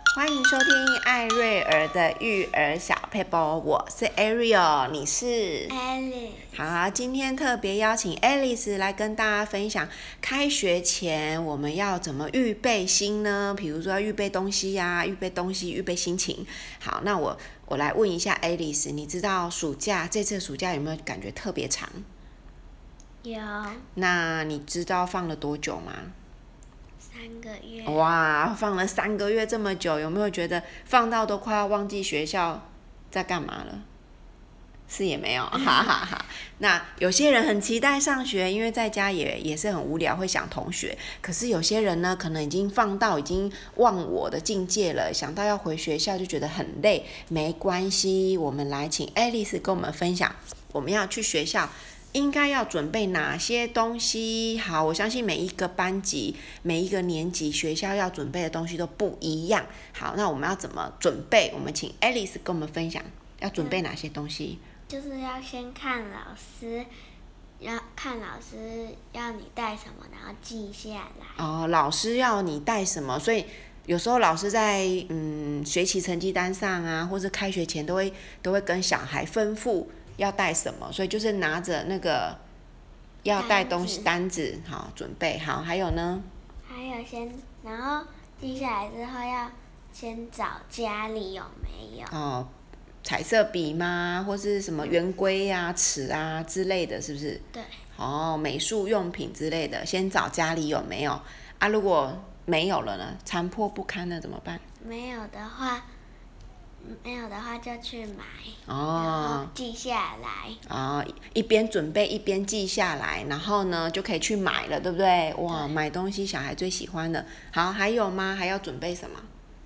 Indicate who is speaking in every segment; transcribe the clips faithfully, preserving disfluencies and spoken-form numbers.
Speaker 1: 欢迎收听艾瑞儿的育儿小佩波，我是 Ariel， 你是
Speaker 2: Alice。
Speaker 1: 好，今天特别邀请 Alice 来跟大家分享，开学前我们要怎么预备心呢？比如说要预备东西呀、啊，预备东西，预备心情。好，那我我来问一下 Alice， 你知道暑假这次暑假有没有感觉特别长？
Speaker 2: 有。
Speaker 1: 那你知道放了多久吗？
Speaker 2: 三个月。
Speaker 1: 哇，放了三个月这么久，有没有觉得放到都快要忘记学校在干嘛了？是也没有，哈哈哈。那有些人很期待上学，因为在家也也是很无聊，会想同学。可是有些人呢，可能已经放到已经忘我的境界了，想到要回学校就觉得很累。没关系，我们来请 Alice 跟我们分享，我们要去学校应该要准备哪些东西？好，我相信每一个班级、每一个年级学校要准备的东西都不一样。好，那我们要怎么准备？我们请 Alice 跟我们分享，要准备哪些东西？
Speaker 2: 就是要先看老师，要看老师要你带什么，然后记下来。
Speaker 1: 哦，老师要你带什么？所以有时候老师在嗯学期成绩单上啊，或者开学前都会都会跟小孩吩咐要带什么，所以就是拿着那个要带东西单子，好准备好。还有呢？
Speaker 2: 还有先，然后记下来之后要先找家里有没有。
Speaker 1: 哦，彩色笔吗？或是什么圆规啊、尺啊之类的，是不是？
Speaker 2: 对。
Speaker 1: 哦，美术用品之类的，先找家里有没有啊？如果没有了呢？残破不堪了怎么办？
Speaker 2: 没有的话。没有的话就去买，
Speaker 1: 哦，
Speaker 2: 然后记下来。
Speaker 1: 哦，一边准备一边记下来，然后呢就可以去买了，对不对？哇，
Speaker 2: 对，
Speaker 1: 买东西小孩最喜欢的。好，还有吗？还要准备什么？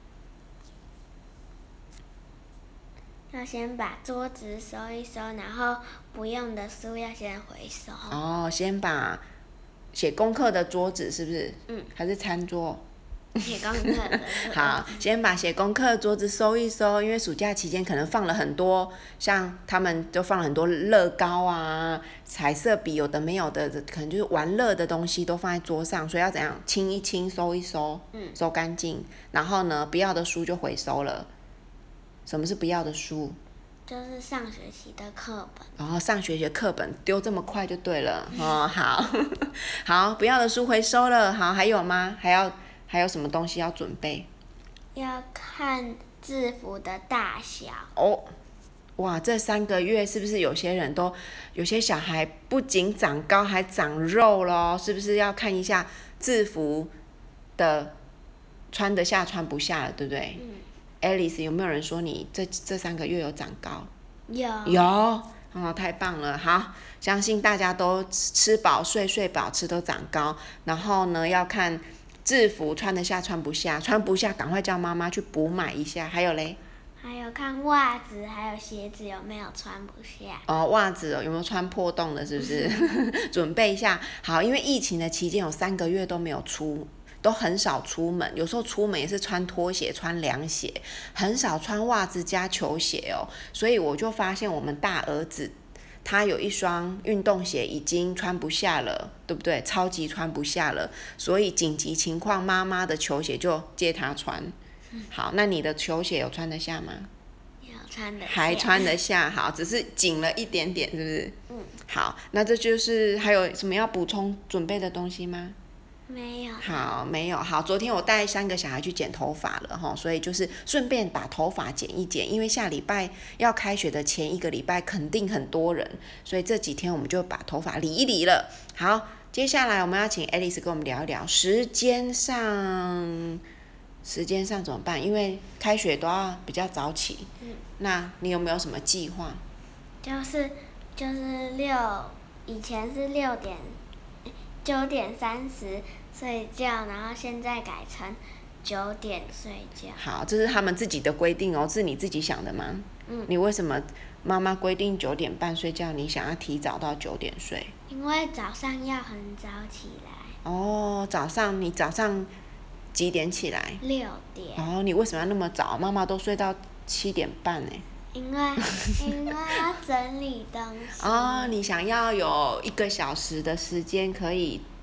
Speaker 2: 要先把桌子收一收，然后不用的书要先回收。
Speaker 1: 哦，先把写功课的桌子是不是？
Speaker 2: 嗯。
Speaker 1: 还是餐桌？
Speaker 2: 写功课的。
Speaker 1: 好，先把写功课的桌子收一收，因为暑假期间可能放了很多，像他们都放了很多乐高啊、彩色笔，有的没有的，可能就是玩乐的东西都放在桌上，所以要怎样清一清、收一收，
Speaker 2: 嗯，
Speaker 1: 收干净。然后呢，不要的书就回收了。什么是不要的书？
Speaker 2: 就是上学期的课本。
Speaker 1: 然后上学期的课本丢这么快就对了。哦，好，好，不要的书回收了。好，还有吗？还要还有什么东西要准备？
Speaker 2: 要看制服的大小。
Speaker 1: 哦，哇，这三个月是不是有些人都，有些小孩不仅长高还长肉咯？是不是要看一下制服的穿得下穿不下了，对不对？
Speaker 2: 嗯。
Speaker 1: Alice 有没有人说你这这三个月有长高？
Speaker 2: 有。
Speaker 1: 有，哦，太棒了！好，相信大家都吃饱睡睡饱，吃都长高。然后呢，要看制服穿得下穿不下，穿不下赶快叫妈妈去补买一下。还有嘞？
Speaker 2: 还有看袜子还有鞋子有没有穿不下。
Speaker 1: 哦，袜子有没有穿破洞的？是不是？准备一下。好，因为疫情的期间有三个月都没有出，都很少出门，有时候出门也是穿拖鞋、穿凉鞋，很少穿袜子加球鞋哦。所以我就发现我们大儿子他有一双运动鞋已经穿不下了，对不对？超级穿不下了，所以紧急情况妈妈的球鞋就借他穿。好，那你的球鞋有穿得下吗？
Speaker 2: 有穿得下。
Speaker 1: 还穿得下，好，只是紧了一点点，是不是？
Speaker 2: 嗯。
Speaker 1: 好，那这就是还有什么要补充准备的东西吗？
Speaker 2: 没有。
Speaker 1: 好，没有。好，昨天我带三个小孩去剪头发了齁，所以就是顺便把头发剪一剪，因为下礼拜要开学的前一个礼拜肯定很多人，所以这几天我们就把头发理一理了。好，接下来我们要请 Alice 跟我们聊一聊时间上。时间上怎么办？因为开学都要比较早起。
Speaker 2: 嗯。
Speaker 1: 那你有没有什么计划？
Speaker 2: 就是就是六，以前是六点，九点三十睡觉，然后现在改成九点睡觉。
Speaker 1: 好，这是他们自己的规定哦，是你自己想的吗？
Speaker 2: 嗯。
Speaker 1: 你为什么妈妈规定九点半睡觉，你想要提早到九点睡？
Speaker 2: 因为早上要很早起来。
Speaker 1: 哦，早上你早上几点起来？
Speaker 2: 六点。
Speaker 1: 哦，你为什么要那么早？妈妈都睡到七点半呢。
Speaker 2: 因为因为要整理东西。
Speaker 1: 哦，你想要有一个小时的时间可以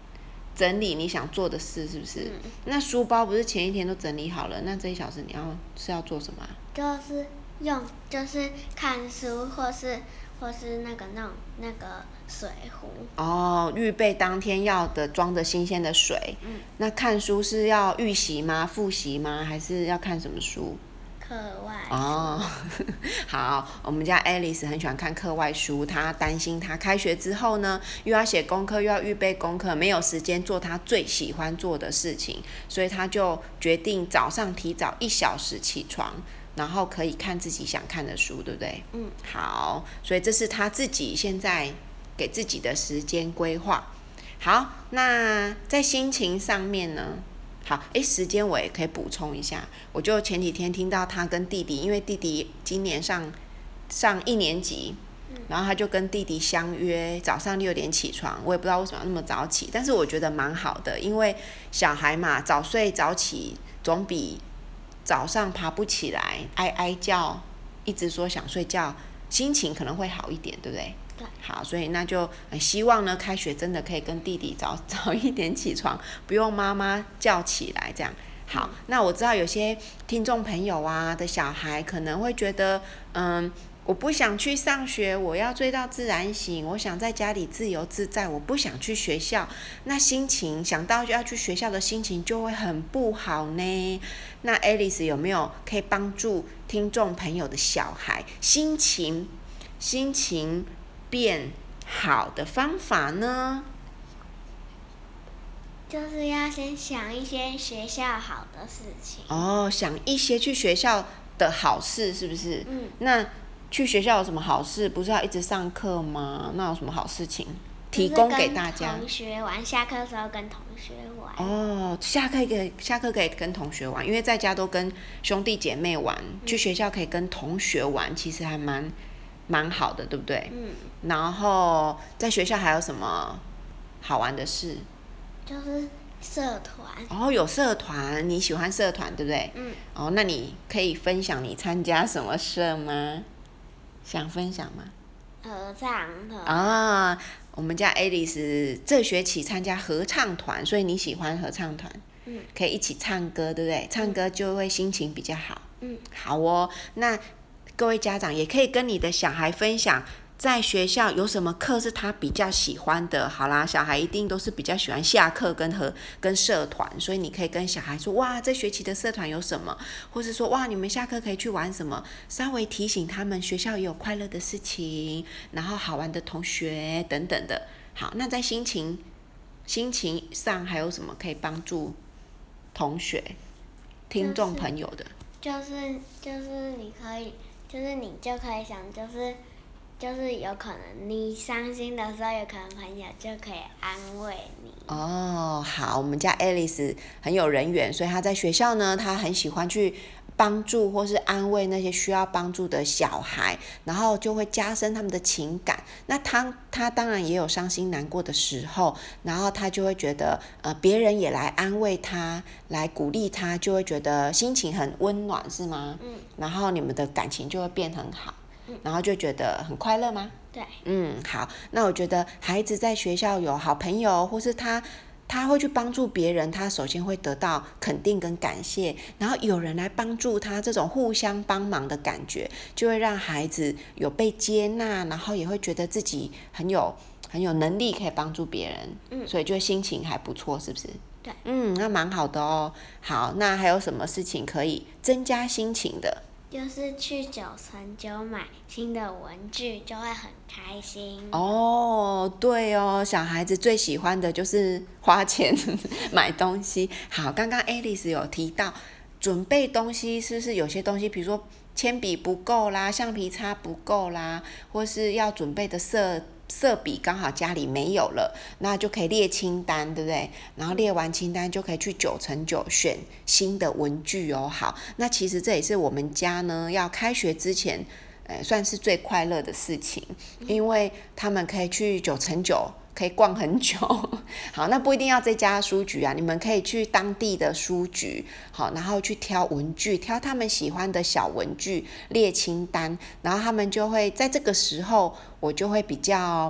Speaker 1: 整理你想做的事，是不是？
Speaker 2: 嗯、
Speaker 1: 那书包不是前一天都整理好了？那这一小时你要是要做什么、啊？
Speaker 2: 就是用，就是看书，或是或是那个那种那个水壶。
Speaker 1: 哦，预备当天要的装的新鲜的水。
Speaker 2: 嗯。
Speaker 1: 那看书是要预习吗？复习吗？还是要看什么书？
Speaker 2: 课外
Speaker 1: 哦，好，我们家 Alice 很喜欢看课外书，她担心她开学之后呢，又要写功课，又要预备功课，没有时间做她最喜欢做的事情，所以她就决定早上提早一小时起床，然后可以看自己想看的书，对不对？
Speaker 2: 嗯。
Speaker 1: 好，所以这是她自己现在给自己的时间规划。好，那在心情上面呢？好，诶，时间我也可以补充一下。我就前几天听到他跟弟弟，因为弟弟今年上上一年级，然后他就跟弟弟相约早上六点起床。我也不知道为什么要那么早起，但是我觉得蛮好的，因为小孩嘛，早睡早起总比早上爬不起来哀哀叫，一直说想睡觉，心情可能会好一点，对不对？好，所以那就、呃、希望呢，开学真的可以跟弟弟早早一点起床，不用妈妈叫起来这样。好，那我知道有些听众朋友啊的小孩可能会觉得，嗯，我不想去上学，我要追到自然醒，我想在家里自由自在，我不想去学校，那心情想到要去学校的心情就会很不好呢。那 Alice 有没有可以帮助听众朋友的小孩心情心情变好的方法呢？
Speaker 2: 就是要先想一些学校好的事情。
Speaker 1: 哦，想一些去学校的好事，是不是？
Speaker 2: 嗯。
Speaker 1: 那去学校有什么好事？不是要一直上课吗？那有什么好事情提供给大家？
Speaker 2: 跟同学玩，下课的时候跟同学玩。
Speaker 1: 哦，下课可以下课可以跟同学玩，因为在家都跟兄弟姐妹玩，嗯、去学校可以跟同学玩，其实还蛮蛮好的，对不对？
Speaker 2: 嗯。
Speaker 1: 然后在学校还有什么好玩的事？
Speaker 2: 就是社团。
Speaker 1: 哦，有社团，你喜欢社团对不对？
Speaker 2: 嗯。
Speaker 1: 哦，那你可以分享你参加什么社吗？想分享吗？
Speaker 2: 合唱团。
Speaker 1: 啊，我们家 Alice 这学期参加合唱团，所以你喜欢合唱团？
Speaker 2: 嗯。
Speaker 1: 可以一起唱歌，对不对？唱歌就会心情比较好。
Speaker 2: 嗯。
Speaker 1: 好哦，那各位家长也可以跟你的小孩分享，在学校有什么课是他比较喜欢的。好啦，小孩一定都是比较喜欢下课跟和跟社团，所以你可以跟小孩说，哇，这学期的社团有什么，或是说，哇，你们下课可以去玩什么，稍微提醒他们学校也有快乐的事情，然后好玩的同学等等的。好，那在心情心情上还有什么可以帮助同学、听众朋友的？
Speaker 2: 就是就是你可以，就是你就可以想，就是就是有可能你伤心的时候，有可能朋友就可以安慰你。
Speaker 1: 哦，好，我们家 Alice 很有人缘，所以她在学校呢，她很喜欢去帮助或是安慰那些需要帮助的小孩，然后就会加深他们的情感。那他他当然也有伤心难过的时候，然后他就会觉得呃别人也来安慰他，来鼓励他，就会觉得心情很温暖，是吗？
Speaker 2: 嗯。
Speaker 1: 然后你们的感情就会变很好，嗯、然后就觉得很快乐吗？
Speaker 2: 对。
Speaker 1: 嗯，好，那我觉得孩子在学校有好朋友，或是他他会去帮助别人，他首先会得到肯定跟感谢，然后有人来帮助他，这种互相帮忙的感觉，就会让孩子有被接纳，然后也会觉得自己很有很有能力可以帮助别人，嗯，所以就心情还不错，是不是？
Speaker 2: 对。
Speaker 1: 嗯，那蛮好的哦。好，那还有什么事情可以增加心情的？
Speaker 2: 就是去九成九买新的文具，就会很开心。
Speaker 1: 哦，对哦，小孩子最喜欢的就是花钱买东西。好，刚刚 Alice 有提到准备东西，是不是有些东西，比如说铅笔不够啦，橡皮擦不够啦，或是要准备的色色笔刚好家里没有了，那就可以列清单，对不对？然后列完清单就可以去九成九选新的文具哦。好，那其实这也是我们家呢要开学之前呃算是最快乐的事情，因为他们可以去九成九可以逛很久。好，那不一定要这家书局啊，你们可以去当地的书局，好，然后去挑文具，挑他们喜欢的小文具，列清单，然后他们就会在这个时候，我就会比较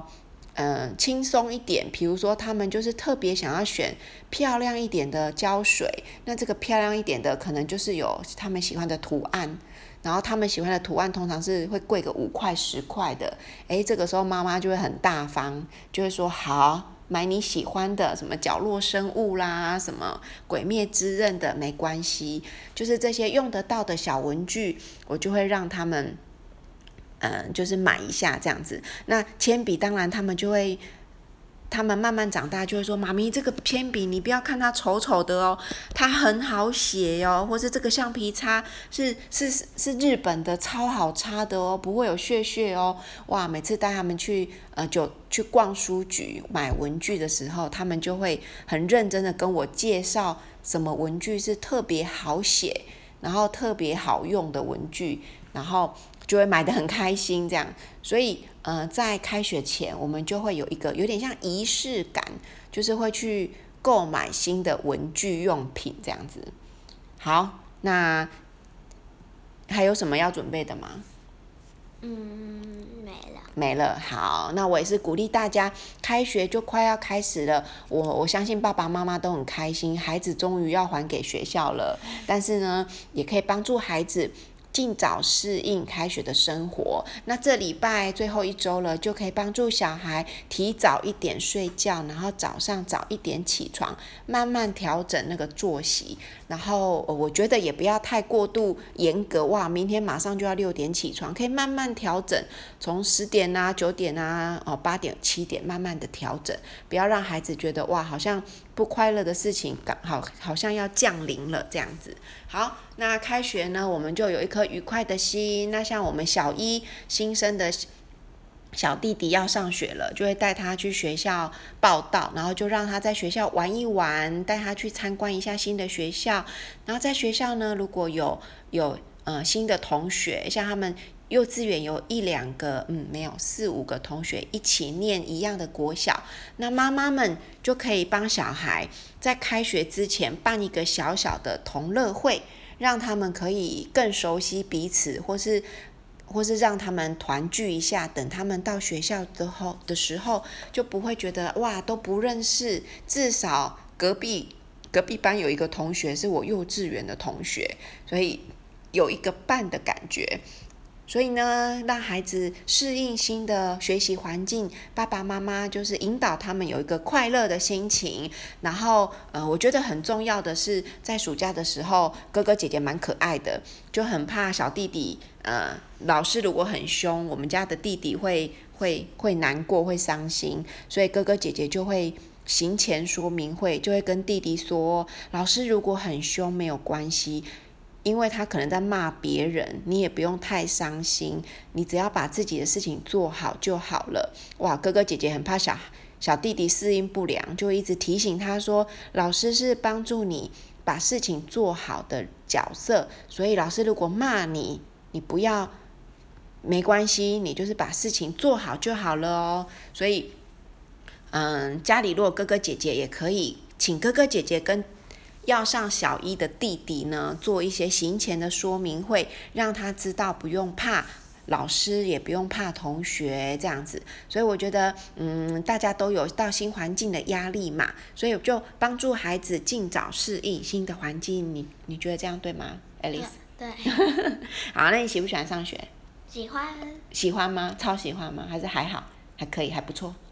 Speaker 1: 呃轻松一点，比如说他们就是特别想要选漂亮一点的胶水，那这个漂亮一点的可能就是有他们喜欢的图案，然后他们喜欢的图案通常是会贵个五块十块的，诶，这个时候妈妈就会很大方，就会说好，买你喜欢的，什么角落生物啦，什么鬼灭之刃的，没关系，就是这些用得到的小文具，我就会让他们嗯，就是买一下这样子。那铅笔当然他们就会，他们慢慢长大就会说，妈咪这个铅笔你不要看它丑丑的哦，它很好写哦，或是这个橡皮擦是是是日本的超好擦的哦，不会有屑屑哦。哇，每次带他们去呃就去逛书局买文具的时候，他们就会很认真的跟我介绍什么文具是特别好写，然后特别好用的文具，然后就会买得很开心这样。所以呃，在开学前我们就会有一个有点像仪式感，就是会去购买新的文具用品这样子。好，那还有什么要准备的吗？
Speaker 2: 嗯，没了。
Speaker 1: 没了。好，那我也是鼓励大家，开学就快要开始了，我我相信爸爸妈妈都很开心，孩子终于要还给学校了，但是呢，也可以帮助孩子尽早适应开学的生活。那这礼拜最后一周了，就可以帮助小孩提早一点睡觉，然后早上早一点起床，慢慢调整那个作息。然后我觉得也不要太过度严格，哇，明天马上就要六点起床，可以慢慢调整，从十点啊、九点啊、哦八点、七点慢慢的调整，不要让孩子觉得哇，好像不快乐的事情好好像要降临了这样子。好，那开学呢，我们就有一颗愉快的心。那像我们小一新生的小弟弟要上学了，就会带他去学校报到，然后就让他在学校玩一玩，带他去参观一下新的学校。然后在学校呢，如果有有呃新的同学，像他们幼稚园有一两个，嗯，没有四五个同学一起念一样的国小，那妈妈们就可以帮小孩在开学之前办一个小小的同乐会，让他们可以更熟悉彼此，或是或是让他们团聚一下，等他们到学校的后的时候，就不会觉得哇都不认识，至少隔壁隔壁班有一个同学是我幼稚园的同学，所以有一个伴的感觉。所以呢，让孩子适应新的学习环境，爸爸妈妈就是引导他们有一个快乐的心情。然后，呃，我觉得很重要的是，在暑假的时候，哥哥姐姐蛮可爱的，就很怕小弟弟，呃，老师如果很凶，我们家的弟弟会会会难过，会伤心，所以哥哥姐姐就会行前说明会，就会跟弟弟说，老师如果很凶没有关系。因为他可能在骂别人，你也不用太伤心，你只要把自己的事情做好就好了。哇，哥哥姐姐很怕小小弟弟适应不良，就一直提醒他说，老师是帮助你把事情做好的角色，所以老师如果骂你，你不要，没关系，你就是把事情做好就好了哦。所以，嗯，家里如果哥哥姐姐也可以，请哥哥姐姐跟要上小一的弟弟呢，做一些行前的说明会，让他知道不用怕老师，也不用怕同学这样子。所以我觉得，嗯，大家都有到新环境的压力嘛，所以就帮助孩子尽早适应新的环境。你你觉得这样对吗 ，Alice？
Speaker 2: 对。
Speaker 1: 好，那你喜不喜欢上学？
Speaker 2: 喜欢。
Speaker 1: 喜欢吗？超喜欢吗？还是还好？还可以，还不错。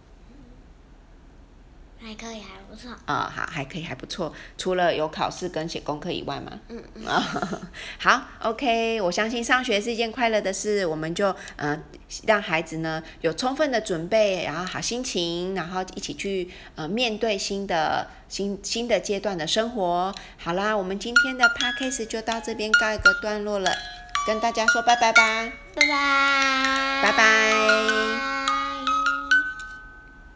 Speaker 2: 还可以，还不错。
Speaker 1: 啊、哦，好，还可以，还不错。除了有考试跟写功课以外嘛。
Speaker 2: 嗯嗯。
Speaker 1: 好 ，OK， 我相信上学是一件快乐的事，我们就呃让孩子呢有充分的准备，然后好心情，然后一起去呃面对新的新新的阶段的生活。好啦，我们今天的 Podcast 就到这边告一个段落了，跟大家说拜拜吧。
Speaker 2: 拜拜。
Speaker 1: 拜拜。